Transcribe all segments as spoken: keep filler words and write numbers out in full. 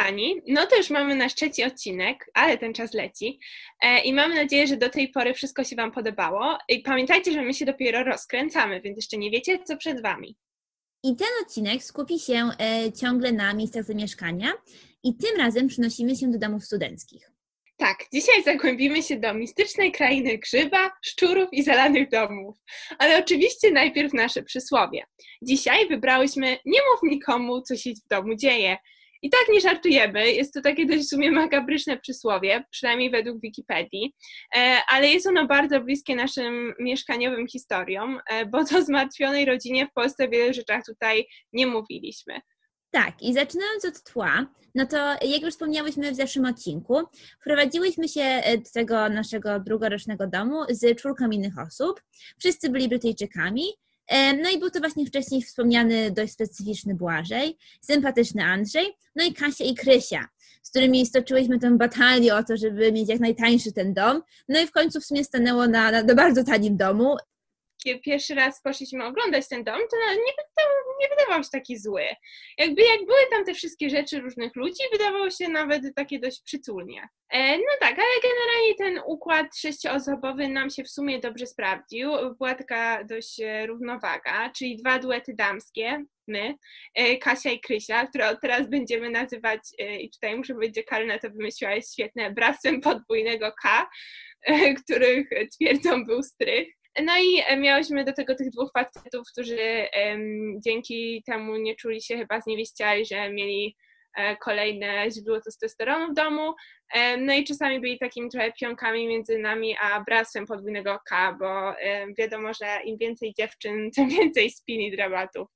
kochani, no to już mamy nasz trzeci odcinek, ale ten czas leci i mamy nadzieję, że do tej pory wszystko się Wam podobało i pamiętajcie, że my się dopiero rozkręcamy, więc jeszcze nie wiecie, co przed Wami. I ten odcinek skupi się e, ciągle na miejscach zamieszkania i tym razem przenosimy się do domów studenckich. Tak, dzisiaj zagłębimy się do mistycznej krainy grzyba, szczurów i zalanych domów. Ale oczywiście najpierw nasze przysłowie. Dzisiaj wybrałyśmy nie mów nikomu, co się w domu dzieje. I tak nie żartujemy, jest to takie dość w sumie makabryczne przysłowie, przynajmniej według Wikipedii, ale jest ono bardzo bliskie naszym mieszkaniowym historiom, bo to zmartwionej rodzinie w Polsce wiele rzeczach tutaj nie mówiliśmy. Tak, i zaczynając od tła, no to jak już wspomniałyśmy w zeszłym odcinku, wprowadziłyśmy się do tego naszego drugorocznego domu z czwórką innych osób. Wszyscy byli Brytyjczykami, no i był to właśnie wcześniej wspomniany dość specyficzny Błażej, sympatyczny Andrzej, no i Kasia i Krysia, z którymi stoczyłyśmy tę batalię o to, żeby mieć jak najtańszy ten dom, no i w końcu w sumie stanęło na, na, na bardzo tanim domu. Kiedy pierwszy raz poszliśmy oglądać ten dom, to nie, nie wydawał się taki zły. Jakby jak były tam te wszystkie rzeczy różnych ludzi, wydawało się nawet takie dość przytulnie. E, no tak, ale generalnie ten układ sześcioosobowy nam się w sumie dobrze sprawdził. Była taka dość równowaga, czyli dwa duety damskie, my, e, Kasia i Krysia, które teraz będziemy nazywać, e, i tutaj muszę powiedzieć, że Karolina to wymyśliła, jest świetne, bractwem podwójnego K, e, których twierdzą był strych. No i miałyśmy do tego tych dwóch facetów, którzy um, dzięki temu nie czuli się chyba zniewieściali, że mieli e, kolejne źródło testosteronu w domu. E, no i czasami byli takimi trochę pionkami między nami a bractwem podwójnego K, bo e, wiadomo, że im więcej dziewczyn, tym więcej spin i dramatów.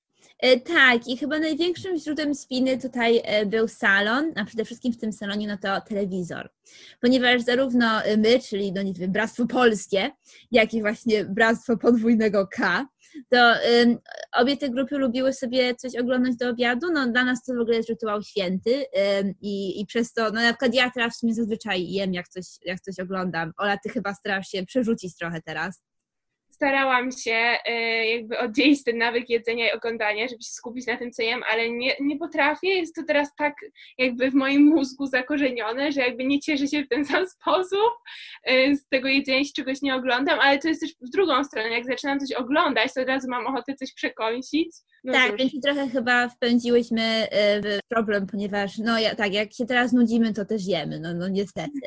Tak, i chyba największym źródłem spiny tutaj był salon, a przede wszystkim w tym salonie no to telewizor. Ponieważ zarówno my, czyli no nie wiem, Bractwo Polskie, jak i właśnie Bractwo Podwójnego K, to um, obie te grupy lubiły sobie coś oglądać do obiadu. No dla nas to w ogóle jest rytuał święty um, i, i przez to, no na przykład ja teraz w sumie zazwyczaj jem, jak coś, jak coś oglądam. Ola, ty chyba starasz się przerzucić trochę teraz. Starałam się jakby oddzielić ten nawyk jedzenia i oglądania, żeby się skupić na tym, co jem, ale nie, nie potrafię. Jest to teraz tak jakby w moim mózgu zakorzenione, że jakby nie cieszę się w ten sam sposób z tego jedzenia, jeśli czegoś nie oglądam, ale to jest też w drugą stronę. Jak zaczynam coś oglądać, to od razu mam ochotę coś przekąsić. No tak, cóż. więc trochę chyba wpędziłyśmy w problem, ponieważ no ja, tak, jak się teraz nudzimy, to też jemy, no, no niestety.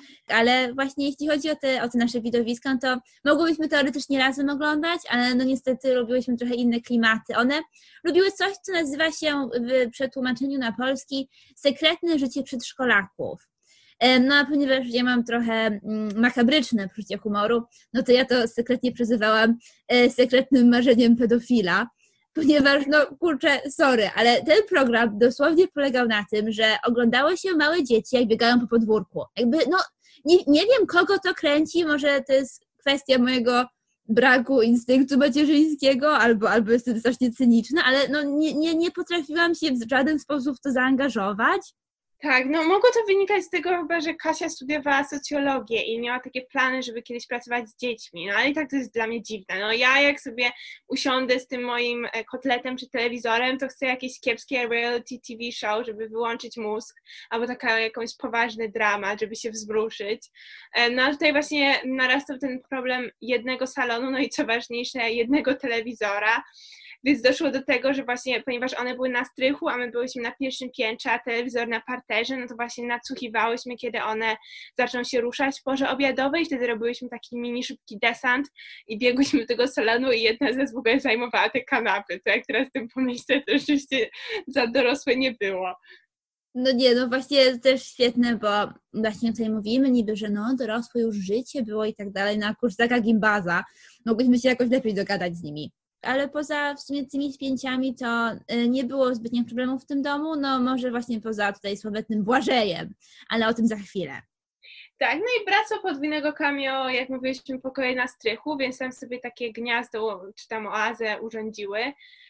Ale właśnie jeśli chodzi o te, o te nasze widowiska, to mogłybyśmy teoretycznie razem oglądać, ale no niestety lubiłyśmy trochę inne klimaty. One lubiły coś, co nazywa się w przetłumaczeniu na polski sekretne życie przedszkolaków. No a ponieważ ja mam trochę makabryczne poczucie humoru, no to ja to sekretnie przezywałam sekretnym marzeniem pedofila. Ponieważ, no kurczę, sorry, ale ten program dosłownie polegał na tym, że oglądało się małe dzieci, jak biegają po podwórku. Jakby, no, nie, nie wiem, kogo to kręci, może to jest kwestia mojego braku instynktu macierzyńskiego, albo, albo jestem strasznie cyniczna, ale no, nie, nie, nie potrafiłam się w żaden sposób w to zaangażować. Tak, no mogło to wynikać z tego chyba, że Kasia studiowała socjologię i miała takie plany, żeby kiedyś pracować z dziećmi, no ale i tak to jest dla mnie dziwne. No ja jak sobie usiądę z tym moim kotletem czy telewizorem, to chcę jakieś kiepskie reality T V show, żeby wyłączyć mózg, albo taka jakąś poważny dramat, żeby się wzruszyć. No a tutaj właśnie narastał ten problem jednego salonu, no i co ważniejsze, jednego telewizora. Więc doszło do tego, że właśnie, ponieważ one były na strychu, a my byliśmy na pierwszym piętrze, a telewizor na parterze, no to właśnie nadsłuchiwałyśmy, kiedy one zaczną się ruszać w porze obiadowej i wtedy robiłyśmy taki mini szybki desant i biegłyśmy do tego salonu i jedna z nas w ogóle zajmowała te kanapy. To jak teraz tym pomyślę, to rzeczywiście za dorosłe nie było. No nie, no właśnie też świetne, bo właśnie tutaj mówimy niby, że no dorosłe już życie było i tak dalej, no a kurczę, taka gimbaza, mogłyśmy się jakoś lepiej dogadać z nimi. Ale poza w sumie tymi spięciami to nie było zbytnio problemów w tym domu, no może właśnie poza tutaj sławetnym Błażejem, ale o tym za chwilę. Tak, no i Bractwo Podwójnego K miało, jak mówiliśmy, pokoje na strychu, więc tam sobie takie gniazdo czy tam oazę urządziły.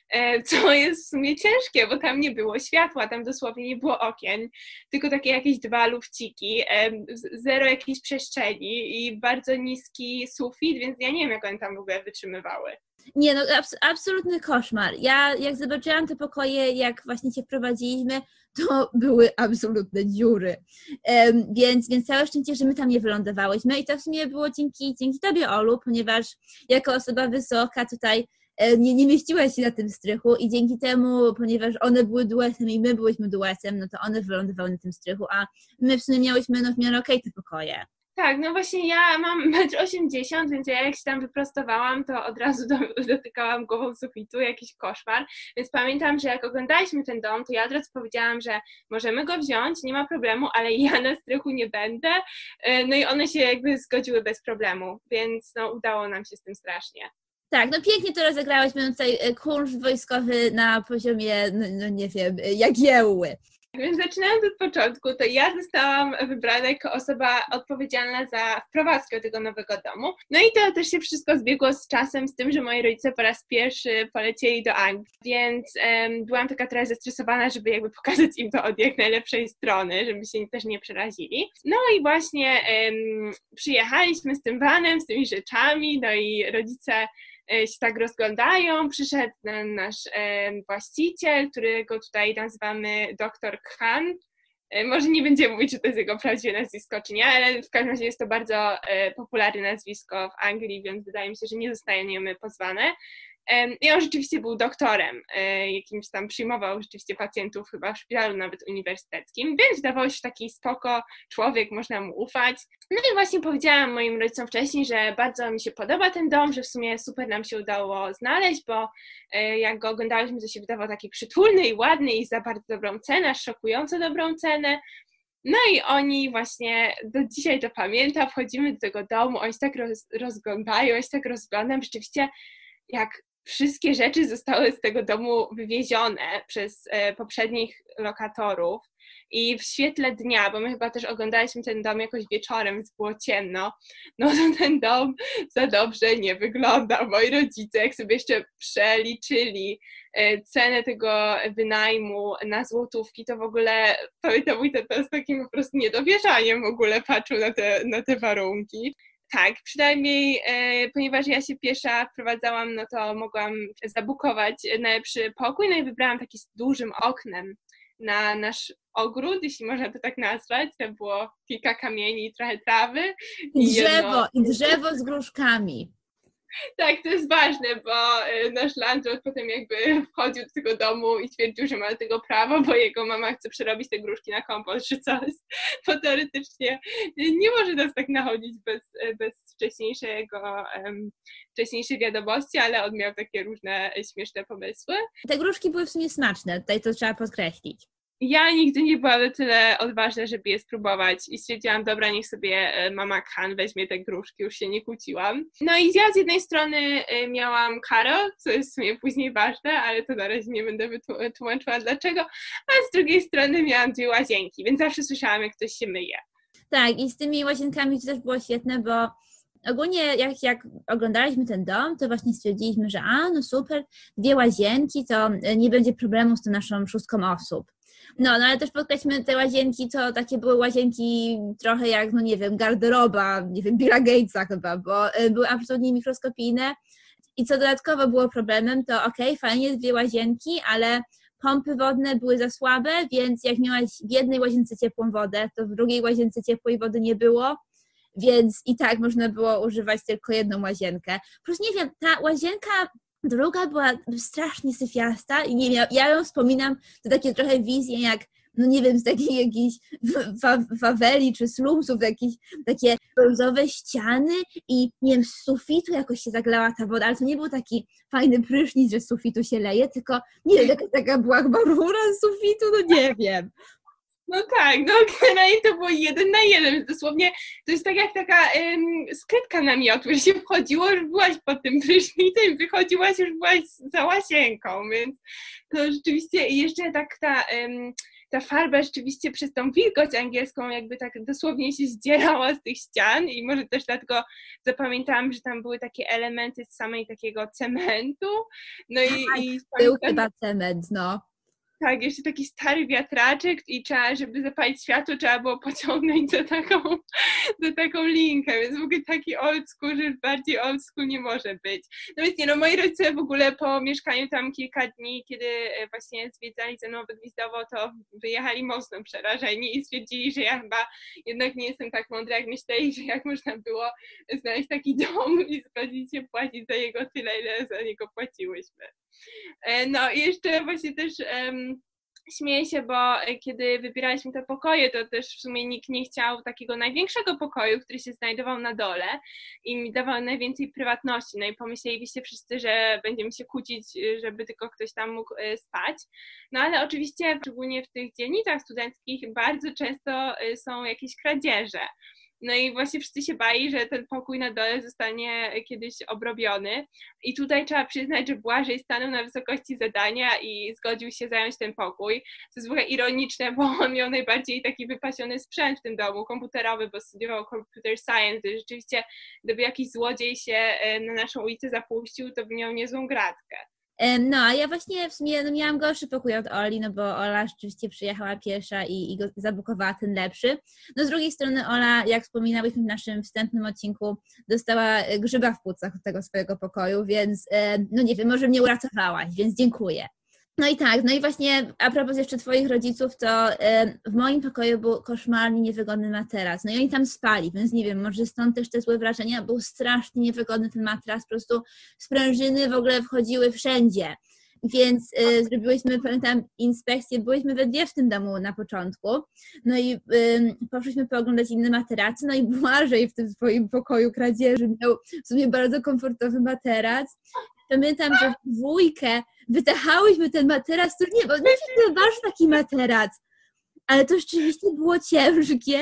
co jest w sumie ciężkie, bo tam nie było światła, tam dosłownie nie było okien, tylko takie jakieś dwa lufciki, zero jakiejś przestrzeni i bardzo niski sufit, więc ja nie wiem, jak one tam w ogóle wytrzymywały. Nie, no abs- absolutny koszmar. Ja jak zobaczyłam te pokoje, jak właśnie cię wprowadziliśmy, to były absolutne dziury. Um, więc, więc całe szczęście, że my tam nie wylądowałyśmy i to w sumie było dzięki, dzięki tobie, Olu, ponieważ jako osoba wysoka tutaj nie, nie mieściłaś się na tym strychu i dzięki temu, ponieważ one były duetem i my byłyśmy duetem, no to one wylądowały na tym strychu, a my w sumie miałyśmy no w miarę okej te pokoje. Tak, no właśnie ja mam metr osiemdziesiąt, więc ja jak się tam wyprostowałam, to od razu do, dotykałam głową sufitu, jakiś koszmar. Więc pamiętam, że jak oglądaliśmy ten dom, to ja od razu powiedziałam, że możemy go wziąć, nie ma problemu, ale ja na strychu nie będę. No i one się jakby zgodziły bez problemu, więc no udało nam się z tym strasznie. Tak, no pięknie to rozegrałaś, mając tutaj kunszt wojskowy na poziomie, no, no nie wiem, Jagiełły. Więc zaczynając od początku, to ja zostałam wybrana jako osoba odpowiedzialna za wprowadzkę tego nowego domu. No i to też się wszystko zbiegło z czasem, z tym, że moi rodzice po raz pierwszy polecieli do Anglii, więc um, byłam taka trochę zestresowana, żeby jakby pokazać im to od jak najlepszej strony, żeby się też nie przerazili. No i właśnie um, przyjechaliśmy z tym vanem, z tymi rzeczami, no i rodzice się tak rozglądają, przyszedł nasz e, właściciel, którego tutaj nazywamy doktor Khan. E, może nie będziemy mówić, czy to jest jego prawdziwe nazwisko, czy nie, ale w każdym razie jest to bardzo e, popularne nazwisko w Anglii, więc wydaje mi się, że nie zostaniemy pozwane. I on rzeczywiście był doktorem, jakimś tam przyjmował rzeczywiście pacjentów chyba w szpitalu nawet uniwersyteckim, więc wydawało się taki spoko człowiek, można mu ufać. No i właśnie powiedziałam moim rodzicom wcześniej, że bardzo mi się podoba ten dom, że w sumie super nam się udało znaleźć, bo jak go oglądałyśmy, to się wydawał taki przytulny i ładny i za bardzo dobrą cenę, aż szokująco dobrą cenę. No i oni właśnie, do dzisiaj to pamiętam, wchodzimy do tego domu, oni się tak roz, rozglądają, ja się tak rozglądam, rzeczywiście jak wszystkie rzeczy zostały z tego domu wywiezione przez e, poprzednich lokatorów i w świetle dnia, bo my chyba też oglądaliśmy ten dom jakoś wieczorem, więc było ciemno, no to ten dom za dobrze nie wygląda. Moi rodzice, jak sobie jeszcze przeliczyli e, cenę tego wynajmu na złotówki, to w ogóle pamiętam mój tata z takim po prostu niedowierzaniem w ogóle patrzył na te, na te warunki. Tak, przynajmniej, e, ponieważ ja się piesza wprowadzałam, no to mogłam zabukować najlepszy pokój, no i wybrałam taki z dużym oknem na nasz ogród, jeśli można to tak nazwać. To było kilka kamieni i trochę trawy. I drzewo, jedno... i drzewo z gruszkami. Tak, to jest ważne, bo nasz landlord potem jakby wchodził do tego domu i twierdził, że ma do tego prawo, bo jego mama chce przerobić te gruszki na kompost czy coś, bo teoretycznie nie może nas tak nachodzić bez, bez wcześniejszego, um, wcześniejszej wiadomości, ale on miał takie różne śmieszne pomysły. Te gruszki były w sumie smaczne, tutaj to trzeba podkreślić. Ja nigdy nie byłam na tyle odważna, żeby je spróbować i stwierdziłam, dobra, niech sobie mama Khan weźmie te gruszki, już się nie kłóciłam. No i ja z jednej strony miałam Karol, co jest w sumie później ważne, ale to na razie nie będę wytłumaczyła dlaczego, a z drugiej strony miałam dwie łazienki, więc zawsze słyszałam, jak ktoś się myje. Tak, i z tymi łazienkami to też było świetne, bo ogólnie jak, jak oglądaliśmy ten dom, to właśnie stwierdziliśmy, że a, no super, dwie łazienki, to nie będzie problemu z tą naszą szóstką osób. No, no ale też podkreślmy, te łazienki to takie były łazienki trochę jak, no nie wiem, garderoba, nie wiem, Billa Gatesa chyba, bo były absolutnie mikroskopijne i co dodatkowo było problemem, to okej, okay, fajnie, dwie łazienki, ale pompy wodne były za słabe, więc jak miałaś w jednej łazience ciepłą wodę, to w drugiej łazience ciepłej wody nie było, więc i tak można było używać tylko jedną łazienkę. Plus nie wiem, ta łazienka druga była strasznie syfiasta i nie miał, ja ją wspominam, to takie trochę wizje jak, no nie wiem, z takiej jakiejś faweli czy slumsów, jakieś takie brązowe ściany i nie wiem, z sufitu jakoś się zaglała ta woda, ale to nie był taki fajny prysznic, że z sufitu się leje, tylko nie wiem, jaka taka była chyba rura z sufitu, no nie wiem. No tak, no generalnie to było jeden na jeden, dosłownie to jest tak jak taka um, skrytka namiotu, że się wchodziło, już byłaś pod tym prysznicem, wychodziłaś, już byłaś za łasienką, więc to rzeczywiście i jeszcze tak ta, um, ta farba rzeczywiście przez tą wilgoć angielską jakby tak dosłownie się zdzierała z tych ścian i może też dlatego zapamiętałam, że tam były takie elementy z samej takiego cementu, no i, Tak, i był chyba cement, no. tak, jeszcze taki stary wiatraczek i trzeba, żeby zapalić światło, trzeba było pociągnąć za taką, za taką linkę, więc w ogóle taki old school, że już bardziej old school nie może być. No więc nie, no moi rodzice w ogóle po mieszkaniu tam kilka dni, kiedy właśnie zwiedzali ze mną wygwizdowo, to wyjechali mocno przerażeni i stwierdzili, że ja chyba jednak nie jestem tak mądra, jak myśleli, że jak można było znaleźć taki dom i zgodzić się płacić za jego tyle, ile za niego płaciłyśmy. No i jeszcze właśnie też um, śmieję się, bo kiedy wybieraliśmy te pokoje, to też w sumie nikt nie chciał takiego największego pokoju, który się znajdował na dole i mi dawał najwięcej prywatności. No i pomyślelibyście wszyscy, że będziemy się kłócić, żeby tylko ktoś tam mógł spać. No ale oczywiście, szczególnie w tych dzielnicach studenckich, bardzo często są jakieś kradzieże. No i właśnie wszyscy się bali, że ten pokój na dole zostanie kiedyś obrobiony. I tutaj trzeba przyznać, że Błażej stanął na wysokości zadania i zgodził się zająć ten pokój. To jest w ogóle ironiczne, bo on miał najbardziej taki wypasiony sprzęt w tym domu, komputerowy, bo studiował computer science. I rzeczywiście, gdyby jakiś złodziej się na naszą ulicę zapuścił, to by miał niezłą gratkę. No, a ja właśnie w sumie no, miałam gorszy pokój od Oli, no bo Ola rzeczywiście przyjechała pierwsza i, i go zabukowała ten lepszy. No z drugiej strony Ola, jak wspominałyśmy w naszym wstępnym odcinku, dostała grzyba w płucach od tego swojego pokoju, więc no nie wiem, może mnie uratowałaś, więc dziękuję. No i tak, no i właśnie a propos jeszcze twoich rodziców, to w moim pokoju był koszmarnie niewygodny materac. No i oni tam spali, więc nie wiem, może stąd też te złe wrażenia. Był strasznie niewygodny ten materac, po prostu sprężyny w ogóle wchodziły wszędzie. Więc y, zrobiłyśmy, pamiętam, inspekcję, byłyśmy we dwie w tym domu na początku, no i y, poszliśmy pooglądać inne materacy, no i Błażej w tym swoim pokoju kradzieży miał w sumie bardzo komfortowy materac. Pamiętam, że w dwójkę wytachałyśmy ten materac, który nie, bo nie wiem, masz taki materac, ale to rzeczywiście było ciężkie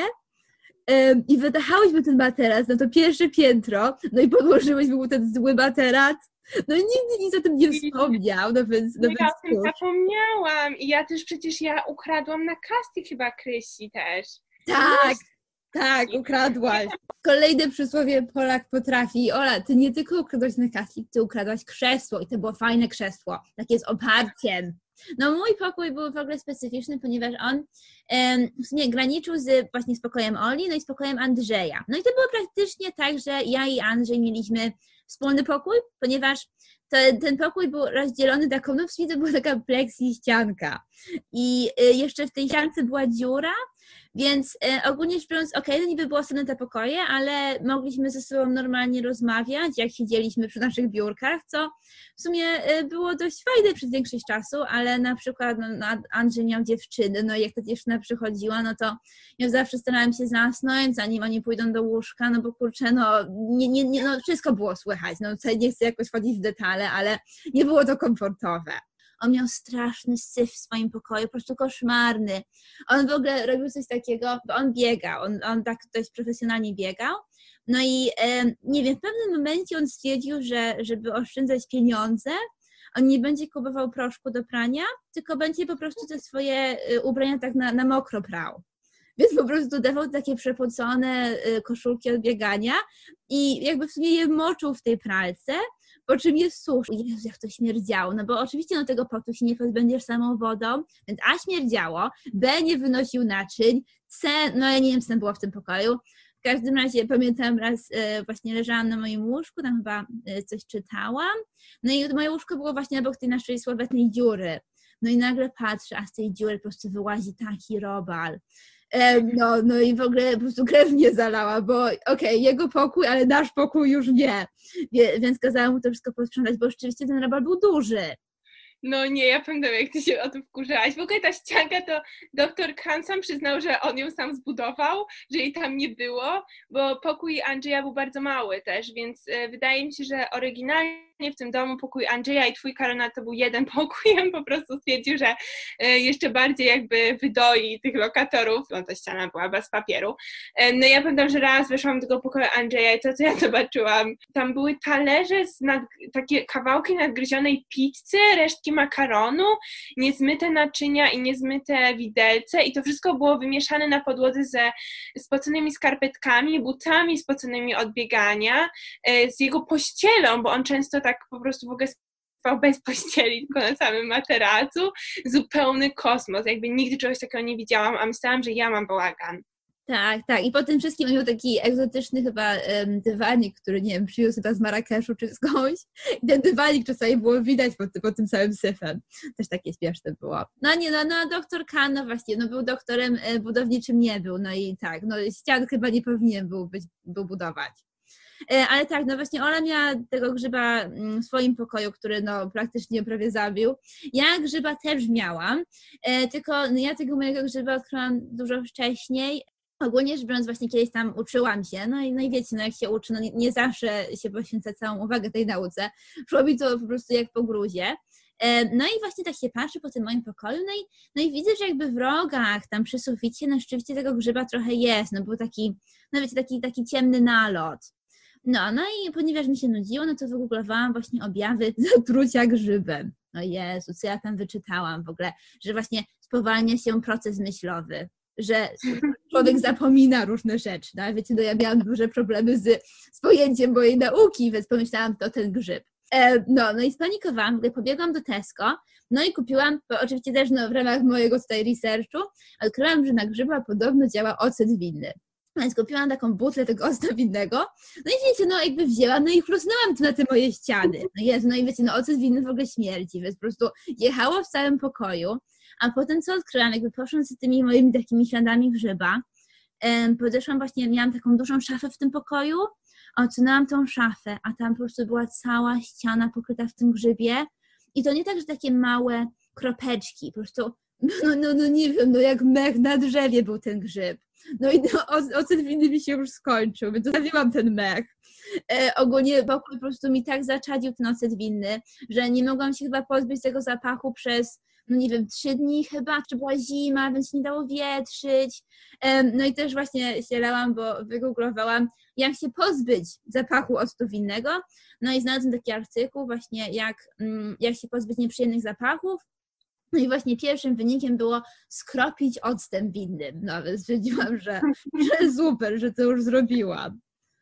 um, i wytachałyśmy ten materac na to pierwsze piętro, no i podłożyłyśmy mu ten zły materac. No i nigdy nic o tym nie wspomniał, no więc... No ja o tym zapomniałam i ja też przecież ja ukradłam na Kasti chyba Krysi też. Tak, tak, ukradłaś. Kolejne przysłowie Polak potrafi. Ola, ty nie tylko ukradłaś na Kasti, ty ukradłaś krzesło i to było fajne krzesło, takie z oparciem. No mój pokój był w ogóle specyficzny, ponieważ on um, w sumie graniczył z właśnie z pokojem Oli, no i z pokojem Andrzeja. No i to było praktycznie tak, że ja i Andrzej mieliśmy wspólny pokój, ponieważ to, ten pokój był rozdzielony taką, no w sumie to była taka plexi ścianka i y, jeszcze w tej ściance była dziura, więc y, ogólnie rzecz biorąc, okej, okay, no niby było osobne te pokoje, ale mogliśmy ze sobą normalnie rozmawiać, jak siedzieliśmy przy naszych biurkach, co w sumie y, było dość fajne przez większość czasu, ale na przykład no, Andrzej miał dziewczyny, no i jak ta dziewczyna przychodziła, no to ja zawsze starałam się zasnąć, zanim oni pójdą do łóżka, no bo kurczę, no, nie, nie, nie, no wszystko było słychać, no tutaj nie chcę jakoś wchodzić w detale, ale nie było to komfortowe. On miał straszny syf w swoim pokoju, po prostu koszmarny. On w ogóle robił coś takiego, bo on biegał, on, on tak dość profesjonalnie biegał. No i e, nie wiem, w pewnym momencie on stwierdził, że żeby oszczędzać pieniądze, on nie będzie kupował proszku do prania, tylko będzie po prostu te swoje ubrania tak na, na mokro prał. Więc po prostu dawał takie przepocone koszulki od biegania i jakby w sumie je moczył w tej pralce, po czym je suszył. Jezu, jak to śmierdziało. No bo oczywiście no tego potu się nie pozbędziesz samą wodą, więc A śmierdziało, B nie wynosił naczyń, C, no ja nie wiem, co tam było w tym pokoju. W każdym razie pamiętam raz e, właśnie leżałam na moim łóżku, tam chyba e, coś czytałam, no i moje łóżko było właśnie obok tej naszej sławetnej dziury. No i nagle patrzę, a z tej dziury po prostu wyłazi taki robal. No, no i w ogóle po prostu krew mnie zalała, bo okej, okay, jego pokój, ale nasz pokój już nie. Więc kazałam mu to wszystko posprzątać, bo rzeczywiście ten robal był duży. No nie, ja pamiętam, jak ty się o to wkurzałaś. W ogóle ta ścianka to doktor Khan sam przyznał, że on ją sam zbudował, że jej tam nie było, bo pokój Andrzeja był bardzo mały też, więc wydaje mi się, że oryginalnie w tym domu pokój Andrzeja i twój, Karolina, to był jeden pokój. Ja po prostu stwierdził, że jeszcze bardziej jakby wydoi tych lokatorów. No ta ściana była bez papieru. No ja pamiętam, że raz weszłam do tego pokoju Andrzeja i to, co ja zobaczyłam, tam były talerze z nad, takie kawałki nadgryzionej pizzy, resztki makaronu, niezmyte naczynia i niezmyte widelce i to wszystko było wymieszane na podłodze ze spoconymi skarpetkami, butami spoconymi od biegania, z jego pościelą, bo on często tak po prostu w ogóle spał bez pościeli, tylko na samym materacu. Zupełny kosmos, jakby nigdy czegoś takiego nie widziałam, a myślałam, że ja mam bałagan. Tak, tak. I po tym wszystkim on miał taki egzotyczny chyba um, dywanik, który, nie wiem, przywiózł chyba z Marrakeszu czy skądś. I ten dywanik czasami było widać pod, pod tym całym syfem. Też takie śmieszne było. No nie, no, no doktor Kahn, no właśnie, no był doktorem budowniczym, nie był. No i tak, no ścian chyba nie powinien był, być, był budować. Ale tak, no właśnie Ola miała tego grzyba w swoim pokoju, który no praktycznie prawie zabił. Ja grzyba też miałam, tylko no, ja tego mojego grzyba odkryłam dużo wcześniej. Ogólnie rzecz biorąc, właśnie kiedyś tam uczyłam się, no i, no i wiecie, no jak się uczy, no nie, nie zawsze się poświęca całą uwagę tej nauce. Szło mi to po prostu jak po gruzie. No i właśnie tak się patrzy po tym moim pokoju, no i, no i widzę, że jakby w rogach, tam przy suficie, no rzeczywiście tego grzyba trochę jest, no był taki, no wiecie, taki, taki ciemny nalot. No, no i ponieważ mi się nudziło, no to wygooglowałam właśnie objawy zatrucia grzybem. No Jezu, co ja tam wyczytałam w ogóle, że właśnie spowalnia się proces myślowy, że człowiek zapomina różne rzeczy, no wiecie, no ja miałam duże problemy z, z pojęciem mojej nauki, więc pomyślałam, to ten grzyb. E, no, no i spanikowałam, gdy pobiegłam do Tesco, no i kupiłam, bo oczywiście też no, w ramach mojego tutaj researchu, odkryłam, że na grzyba podobno działa ocet winny. Więc kupiłam taką butlę tego octu winnego, no i wiecie, no jakby wzięłam, no i chrusnęłam to na te moje ściany. No Jezu, no i wiecie, no ocet winny w ogóle śmierdzi, więc po prostu jechało w całym pokoju, a potem co odkryłam, jakby poszłam z tymi moimi takimi śladami grzyba, um, podeszłam właśnie, miałam taką dużą szafę w tym pokoju, odsunęłam tą szafę, a tam po prostu była cała ściana pokryta w tym grzybie i to nie tak, że takie małe kropeczki, po prostu, no, no, no nie wiem, no jak mech na drzewie był ten grzyb. No i no, ocet winny mi się już skończył, więc zostawiłam ten mech. E, ogólnie pokój po prostu mi tak zaczadził ten ocet winny, że nie mogłam się chyba pozbyć tego zapachu przez, no nie wiem, trzy dni chyba, czy była zima, więc się nie dało wietrzyć. E, no i też właśnie się lałam, bo wygooglowałam, jak się pozbyć zapachu octu winnego. No i znalazłam taki artykuł właśnie, jak, jak się pozbyć nieprzyjemnych zapachów. No i właśnie pierwszym wynikiem było skropić octem winnym. No więc stwierdziłam, że, że super, że to już zrobiłam.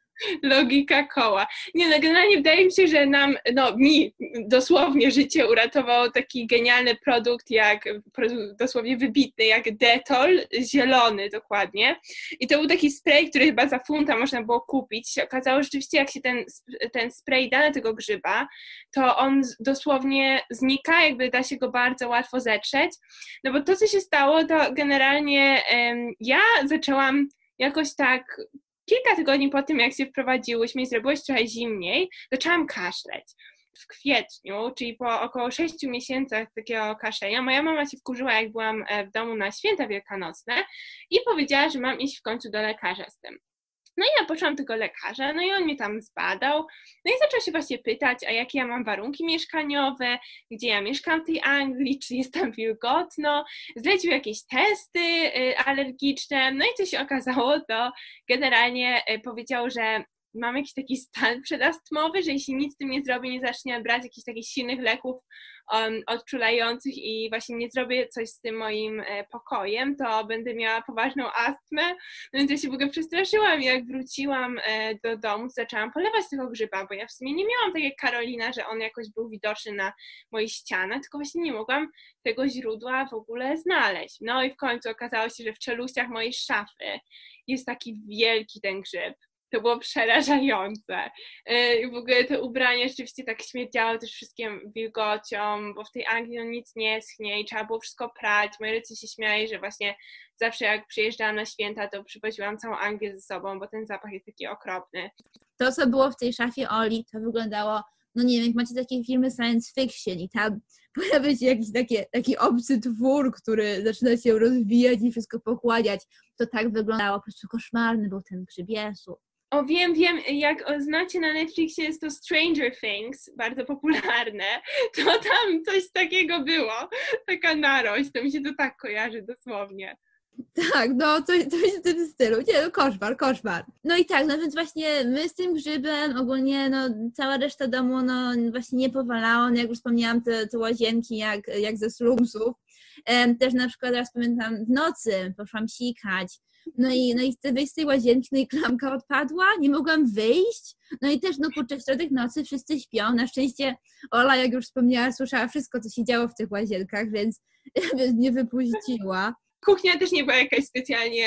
Logika koła. Nie no, generalnie wydaje mi się, że nam, no mi dosłownie życie uratował taki genialny produkt, jak produkt dosłownie wybitny, jak Dettol, zielony dokładnie. I to był taki spray, który chyba za funta można było kupić. Się okazało rzeczywiście, jak się ten, ten spray da na tego grzyba, to on dosłownie znika, jakby da się go bardzo łatwo zetrzeć. No bo to, co się stało, to generalnie um, ja zaczęłam jakoś tak kilka tygodni po tym, jak się wprowadziłyśmy i zrobiło się trochę zimniej, zaczęłam kaszleć. W kwietniu, czyli po około sześciu miesiącach takiego kaszlenia, moja mama się wkurzyła, jak byłam w domu na święta wielkanocne i powiedziała, że mam iść w końcu do lekarza z tym. No i ja poszłam do tego lekarza, no i on mnie tam zbadał, no i zaczął się właśnie pytać, a jakie ja mam warunki mieszkaniowe, gdzie ja mieszkam w tej Anglii, czy jest tam wilgotno, zlecił jakieś testy alergiczne, no i co się okazało, to generalnie powiedział, że mam jakiś taki stan przedastmowy, że jeśli nic z tym nie zrobię, nie zacznę brać jakichś takich silnych leków um, odczulających i właśnie nie zrobię coś z tym moim e, pokojem, to będę miała poważną astmę. No więc ja się w ogóle przestraszyłam i jak wróciłam e, do domu, to zaczęłam polewać tego grzyba, bo ja w sumie nie miałam tak jak Karolina, że on jakoś był widoczny na moich ścianach, tylko właśnie nie mogłam tego źródła w ogóle znaleźć. No i w końcu okazało się, że w czeluściach mojej szafy jest taki wielki ten grzyb. To było przerażające. W ogóle te ubrania rzeczywiście tak śmierdziały też wszystkim wilgocią, bo w tej Anglii no nic nie schnie i trzeba było wszystko prać. Moi rodzice się śmiali, że właśnie zawsze jak przyjeżdżałam na święta, to przywoziłam całą Anglię ze sobą, bo ten zapach jest taki okropny. To, co było w tej szafie Oli, to wyglądało, no nie wiem, jak macie takie filmy science fiction i tam pojawia się jakiś takie, taki obcy twór, który zaczyna się rozwijać i wszystko pochłaniać. To tak wyglądało, po prostu koszmarny był ten grzyb, Jezu. O, wiem, wiem, jak znacie na Netflixie, jest to Stranger Things, bardzo popularne, to tam coś takiego było, taka narość, to mi się to tak kojarzy dosłownie. Tak, no coś, coś w tym stylu. Nie, no koszmar, koszmar. No i tak, no więc właśnie my z tym grzybem ogólnie, no cała reszta domu, no właśnie nie powalało, no jak już wspomniałam, te, te łazienki jak, jak ze slumsów. Em, też na przykład raz pamiętam w nocy poszłam sikać, no i, no i chcę wyjść z tej łazienki, no i klamka odpadła, nie mogłam wyjść, no i też no kurczę, środek nocy, wszyscy śpią, na szczęście Ola, jak już wspomniała, słyszała wszystko, co się działo w tych łazienkach, więc, więc nie wypuściła. Kuchnia też nie była jakaś specjalnie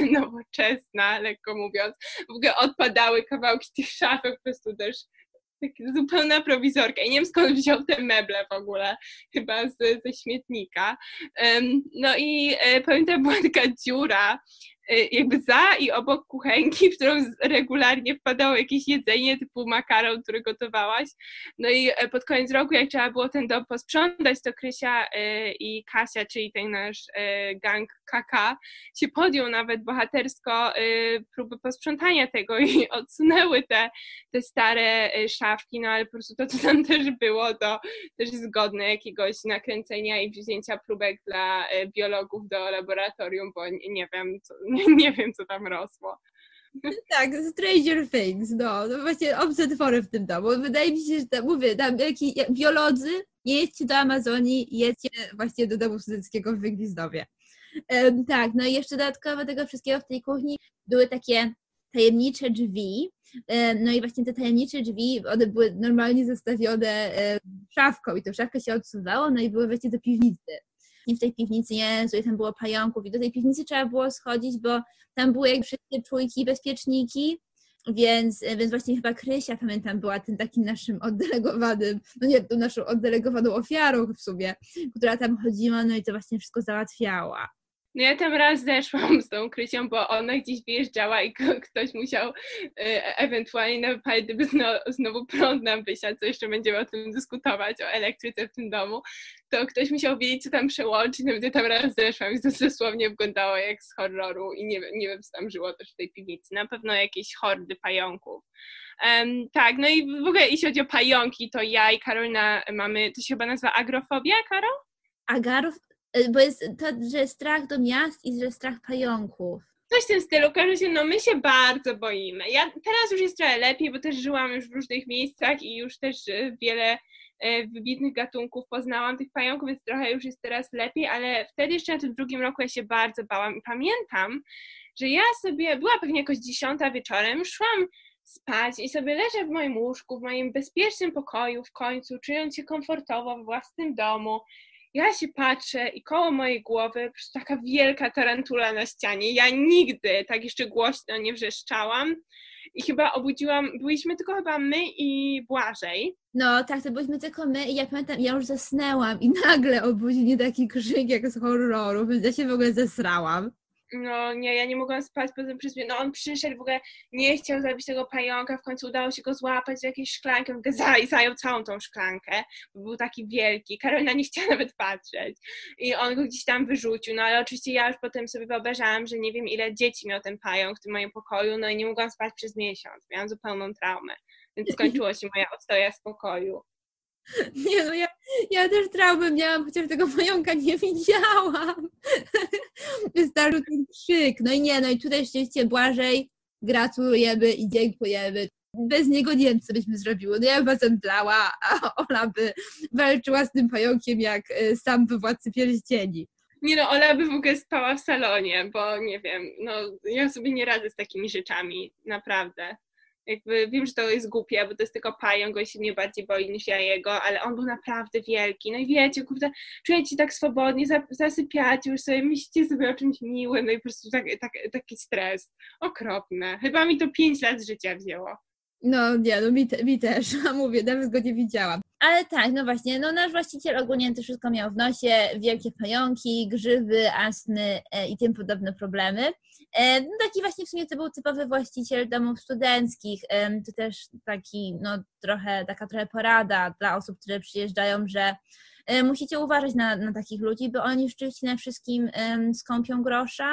nowoczesna, lekko mówiąc. W ogóle odpadały kawałki tych szafek, po prostu też taka zupełna prowizorka. I nie wiem, skąd wziął te meble w ogóle, chyba z, ze śmietnika. Um, no i e, pamiętam, była taka dziura jakby za i obok kuchenki, w którą regularnie wpadało jakieś jedzenie typu makaron, który gotowałaś. No i pod koniec roku, jak trzeba było ten dom posprzątać, to Krysia i Kasia, czyli ten nasz gang K K, się podjął nawet bohatersko próby posprzątania tego i odsunęły te, te stare szafki, no ale po prostu to, co tam też było, to też jest godne jakiegoś nakręcenia i wzięcia próbek dla biologów do laboratorium, bo nie, nie wiem, co, nie wiem, co tam rosło. Tak, Stranger Things, no, no właśnie obsetwory w tym domu. Wydaje mi się, że tam, mówię, tam jak, jak biolodzy, nie jedźcie do Amazonii, jedźcie właśnie do domu studenckiego w Wygwizdowie. Um, tak, no i jeszcze dodatkowo tego wszystkiego w tej kuchni były takie tajemnicze drzwi, um, no i właśnie te tajemnicze drzwi, one były normalnie zestawione um, szafką i to szafkę się odsuwało, no i były wejście do piwnicy. I w tej piwnicy, Jezu, i tam było pająków i do tej piwnicy trzeba było schodzić, bo tam były jak wszystkie czujki, bezpieczniki, więc, więc właśnie chyba Krysia, pamiętam, była tym takim naszym oddelegowanym, no nie, tą naszą oddelegowaną ofiarą w sumie, która tam chodziła, no i to właśnie wszystko załatwiała. No ja tam raz zeszłam z tą Krysią, bo ona gdzieś wyjeżdżała i ktoś musiał e, ewentualnie na wypadek, gdyby znowu, znowu prąd nam wysiadł, co jeszcze będziemy o tym dyskutować, o elektryce w tym domu, to ktoś musiał wiedzieć, co tam przełączyć, no ja tam raz zeszłam i to dosłownie wyglądało jak z horroru i nie, nie wiem, co tam żyło też w tej piwnicy. Na pewno jakieś hordy pająków. Um, tak, no i w ogóle jeśli chodzi o pająki, to ja i Karolina mamy, to się chyba nazywa agrofobia, Karol? Agarów? Bo jest to, że strach do miast i że strach pająków. Coś w tym stylu, każe się, no my się bardzo boimy. Ja teraz już jest trochę lepiej, bo też żyłam już w różnych miejscach i już też wiele wybitnych gatunków poznałam tych pająków, więc trochę już jest teraz lepiej, ale wtedy jeszcze na tym drugim roku ja się bardzo bałam i pamiętam, że ja sobie, była pewnie jakoś dziesiąta wieczorem, szłam spać i sobie leżę w moim łóżku, w moim bezpiecznym pokoju w końcu, czując się komfortowo w własnym domu. Ja się patrzę i koło mojej głowy po prostu taka wielka tarantula na ścianie. Ja nigdy tak jeszcze głośno nie wrzeszczałam i chyba obudziłam, byliśmy tylko chyba my i Błażej. No tak, to byliśmy tylko my i ja pamiętam, ja już zasnęłam i nagle obudził mnie taki krzyk jak z horroru, więc ja się w ogóle zesrałam. No nie, ja nie mogłam spać potem przez no on przyszedł, w ogóle nie chciał zabić tego pająka, w końcu udało się go złapać w jakiejś szklankę, on zajął całą tą szklankę, bo był taki wielki, Karolina nie chciała nawet patrzeć i on go gdzieś tam wyrzucił, no ale oczywiście ja już potem sobie wyobrażałam, że nie wiem ile dzieci miał ten pająk w tym moim pokoju, no i nie mogłam spać przez miesiąc, miałam zupełną traumę, więc skończyło się moja odstoja spokoju. Nie no, ja, ja też traumę miałam, chociaż tego pająka nie widziałam. Wystarczył ten krzyk. No i nie, no i tutaj rzeczywiście Błażej, gratulujemy i dziękujemy. Bez niego nie wiem, co byśmy zrobiły. No ja bym zemdlała, a Ola by walczyła z tym pająkiem jak sam we Władcy Pierścieni. Nie no, Ola by w ogóle spała w salonie, bo nie wiem, no ja sobie nie radzę z takimi rzeczami, naprawdę. Jakby wiem, że to jest głupie, bo to jest tylko pająk, go się mnie bardziej boi niż ja jego, ale on był naprawdę wielki. No i wiecie, kurde, czujecie tak swobodnie, zasypiacie już sobie, myślicie sobie o czymś miłym, no i po prostu tak, tak, taki stres. Okropne. Chyba mi to pięć lat życia wzięło. No nie, no mi, te, mi też, a mówię, nawet go nie widziałam. Ale tak, no właśnie, no nasz właściciel ogólnie to wszystko miał w nosie, wielkie pająki, grzyby, astmy e, i tym podobne problemy. E, no taki właśnie w sumie to był typowy właściciel domów studenckich, e, to też taki, no trochę, taka trochę porada dla osób, które przyjeżdżają, że e, musicie uważać na, na takich ludzi, bo oni rzeczywiście na wszystkim e, skąpią grosza.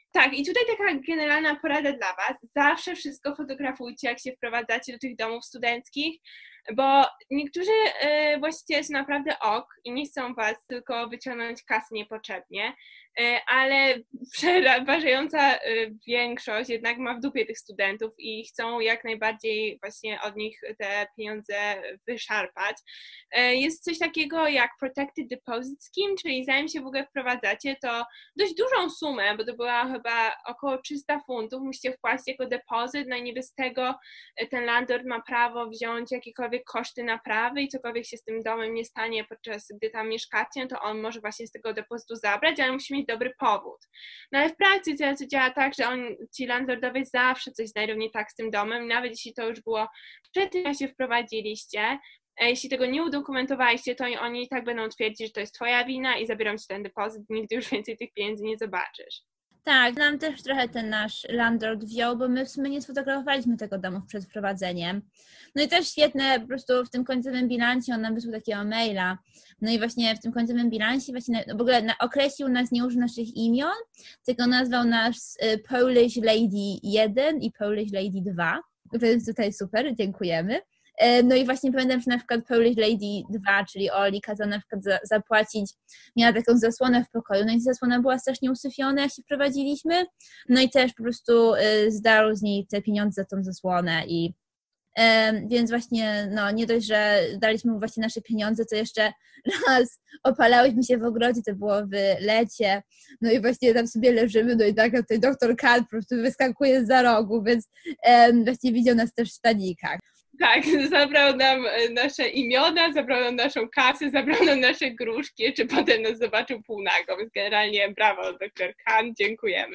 Tak, i tutaj taka generalna porada dla Was. Zawsze wszystko fotografujcie, jak się wprowadzacie do tych domów studenckich, bo niektórzy y, właściciele są naprawdę ok i nie chcą Was tylko wyciągnąć kasy niepotrzebnie, y, ale przeważająca y, większość jednak ma w dupie tych studentów i chcą jak najbardziej właśnie od nich te pieniądze wyszarpać. Y, jest coś takiego jak Protected Deposit Scheme, czyli zanim się w ogóle wprowadzacie, to dość dużą sumę, bo to była chyba około trzysta funtów, musicie wpłacić jako depozyt, no i nie bez tego ten landlord ma prawo wziąć jakiekolwiek koszty naprawy i cokolwiek się z tym domem nie stanie podczas gdy tam mieszkacie, to on może właśnie z tego depozytu zabrać, ale musi mieć dobry powód. No ale w praktyce to działa tak, że on, ci landlordowie zawsze coś znajdą nie tak z tym domem, nawet jeśli to już było przed tym, jak się wprowadziliście, jeśli tego nie udokumentowaliście, to oni i tak będą twierdzić, że to jest twoja wina i zabiorą ci ten depozyt, nigdy już więcej tych pieniędzy nie zobaczysz. Tak, nam też trochę ten nasz landlord wziął, bo my w sumie nie sfotografowaliśmy tego domu przed wprowadzeniem. No i też świetne, po prostu w tym końcowym bilansie on nam wysłał takiego maila. No i właśnie w tym końcowym bilansie właśnie w ogóle określił nas, nie użył naszych imion, tylko nazwał nas Polish Lady jeden i Polish Lady dwa. Więc tutaj super, dziękujemy. No i właśnie pamiętam, że na przykład Polish Lady dwa, czyli Oli, kazał na przykład za, zapłacić, miała taką zasłonę w pokoju, no i zasłona była strasznie usyfiona, jak się wprowadziliśmy, no i też po prostu y, zdarł z niej te pieniądze za tą zasłonę i y, więc właśnie, no nie dość, że daliśmy mu właśnie nasze pieniądze, to jeszcze raz opalałyśmy się w ogrodzie, to było w lecie, no i właśnie tam sobie leżymy, no i tak tutaj doktor Kant po prostu wyskakuje za rogu, więc y, właśnie widział nas też w stanikach. Tak, zabrał nam nasze imiona, zabrał nam naszą kasę, zabrał nam nasze gruszki, czy potem nas zobaczył półnago, więc generalnie brawo, doktor Khan, dziękujemy.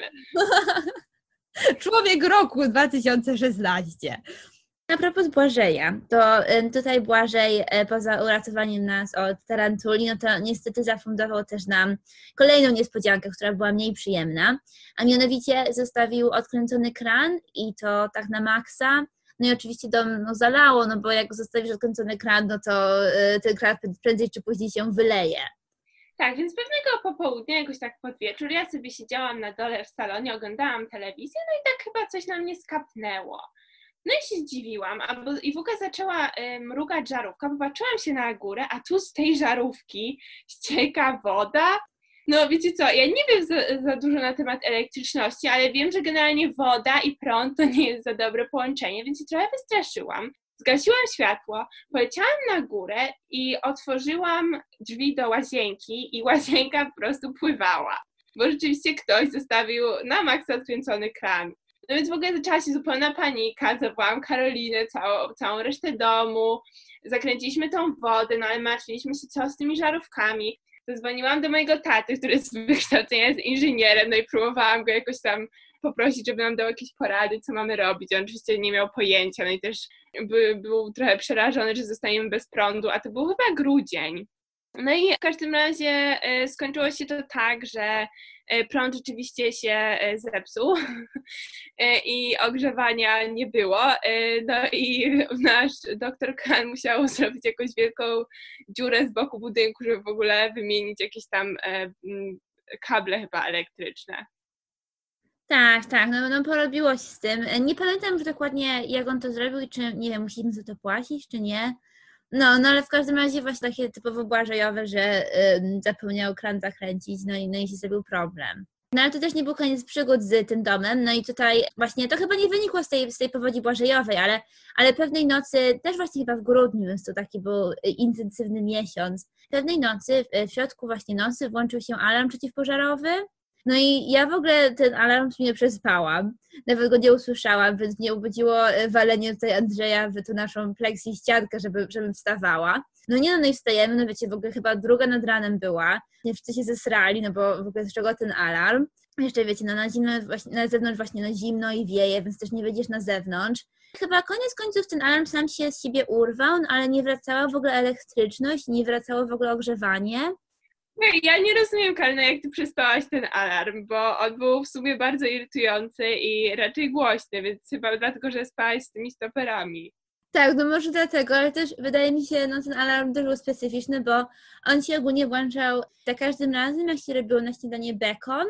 Człowiek roku dwa tysiące szesnaście. A propos Błażeja, to tutaj Błażej poza uratowaniem nas od tarantuli, no to niestety zafundował też nam kolejną niespodziankę, która była mniej przyjemna, a mianowicie zostawił odkręcony kran i to tak na maksa. No i oczywiście dom no, zalało, no bo jak zostawisz odkręcony kran, no to y, ten kran prędzej czy później się wyleje. Tak, więc pewnego popołudnia, jakoś tak pod wieczór, ja sobie siedziałam na dole w salonie, oglądałam telewizję, no i tak chyba coś na mnie skapnęło. No i się zdziwiłam, a bo, i w ogóle zaczęła y, mrugać żarówka, popatrzyłam się na górę, a tu z tej żarówki ścieka woda. No wiecie co, ja nie wiem za, za dużo na temat elektryczności, ale wiem, że generalnie woda i prąd to nie jest za dobre połączenie, więc się trochę wystraszyłam. Zgasiłam światło, poleciałam na górę i otworzyłam drzwi do łazienki i łazienka po prostu pływała, bo rzeczywiście ktoś zostawił na maksa odkręcony kran. No więc w ogóle zaczęła się zupełna panika, zawołałam Karolinę, całą, całą resztę domu, zakręciliśmy tą wodę, no ale martwiliśmy się co z tymi żarówkami. Zadzwoniłam do mojego taty, który z wykształcenia jest inżynierem, no i próbowałam go jakoś tam poprosić, żeby nam dał jakieś porady, co mamy robić. On oczywiście nie miał pojęcia, no i też by, był trochę przerażony, że zostaniemy bez prądu, a to był chyba grudzień. No i w każdym razie y, skończyło się to tak, że y, prąd rzeczywiście się y, zepsuł y, i ogrzewania nie było. Y, no i nasz doktor Khan musiał zrobić jakąś wielką dziurę z boku budynku, żeby w ogóle wymienić jakieś tam y, y, kable chyba elektryczne. Tak, tak, no, no porobiło się z tym. Nie pamiętam już dokładnie, jak on to zrobił i czy, nie wiem, musieliśmy za to płacić, czy nie. No, no ale w każdym razie właśnie takie typowo błażejowe, że y, zapomniał kran zakręcić, no i, no i się zrobił problem. No ale to też nie był koniec przygód z tym domem, no i tutaj właśnie to chyba nie wynikło z tej, z tej powodzi błażejowej, ale, ale pewnej nocy, też właśnie chyba w grudniu, więc to taki był intensywny miesiąc, pewnej nocy, w środku właśnie nocy włączył się alarm przeciwpożarowy. No i ja w ogóle ten alarm mnie przespałam, nawet go nie usłyszałam, więc mnie obudziło walenie tutaj Andrzeja w tą naszą plexi ściankę, żeby, żebym wstawała. No nie, no, no i wstajemy, no wiecie, w ogóle chyba druga nad ranem była, wszyscy się zesrali, no bo w ogóle z czego ten alarm. Jeszcze wiecie, no na zimno, właśnie, na zewnątrz właśnie no zimno i wieje, więc też nie wyjdziesz na zewnątrz. Chyba koniec końców ten alarm sam się z siebie urwał, no, ale nie wracała w ogóle elektryczność, nie wracało w ogóle ogrzewanie. Ja nie rozumiem, Kalina, jak ty przespałaś ten alarm, bo on był w sumie bardzo irytujący i raczej głośny, więc chyba dlatego, że spałaś z tymi stoperami. Tak, no może dlatego, ale też wydaje mi się, no ten alarm też był specyficzny, bo on się ogólnie włączał za każdym razem, jak się robiło na śniadanie bekon,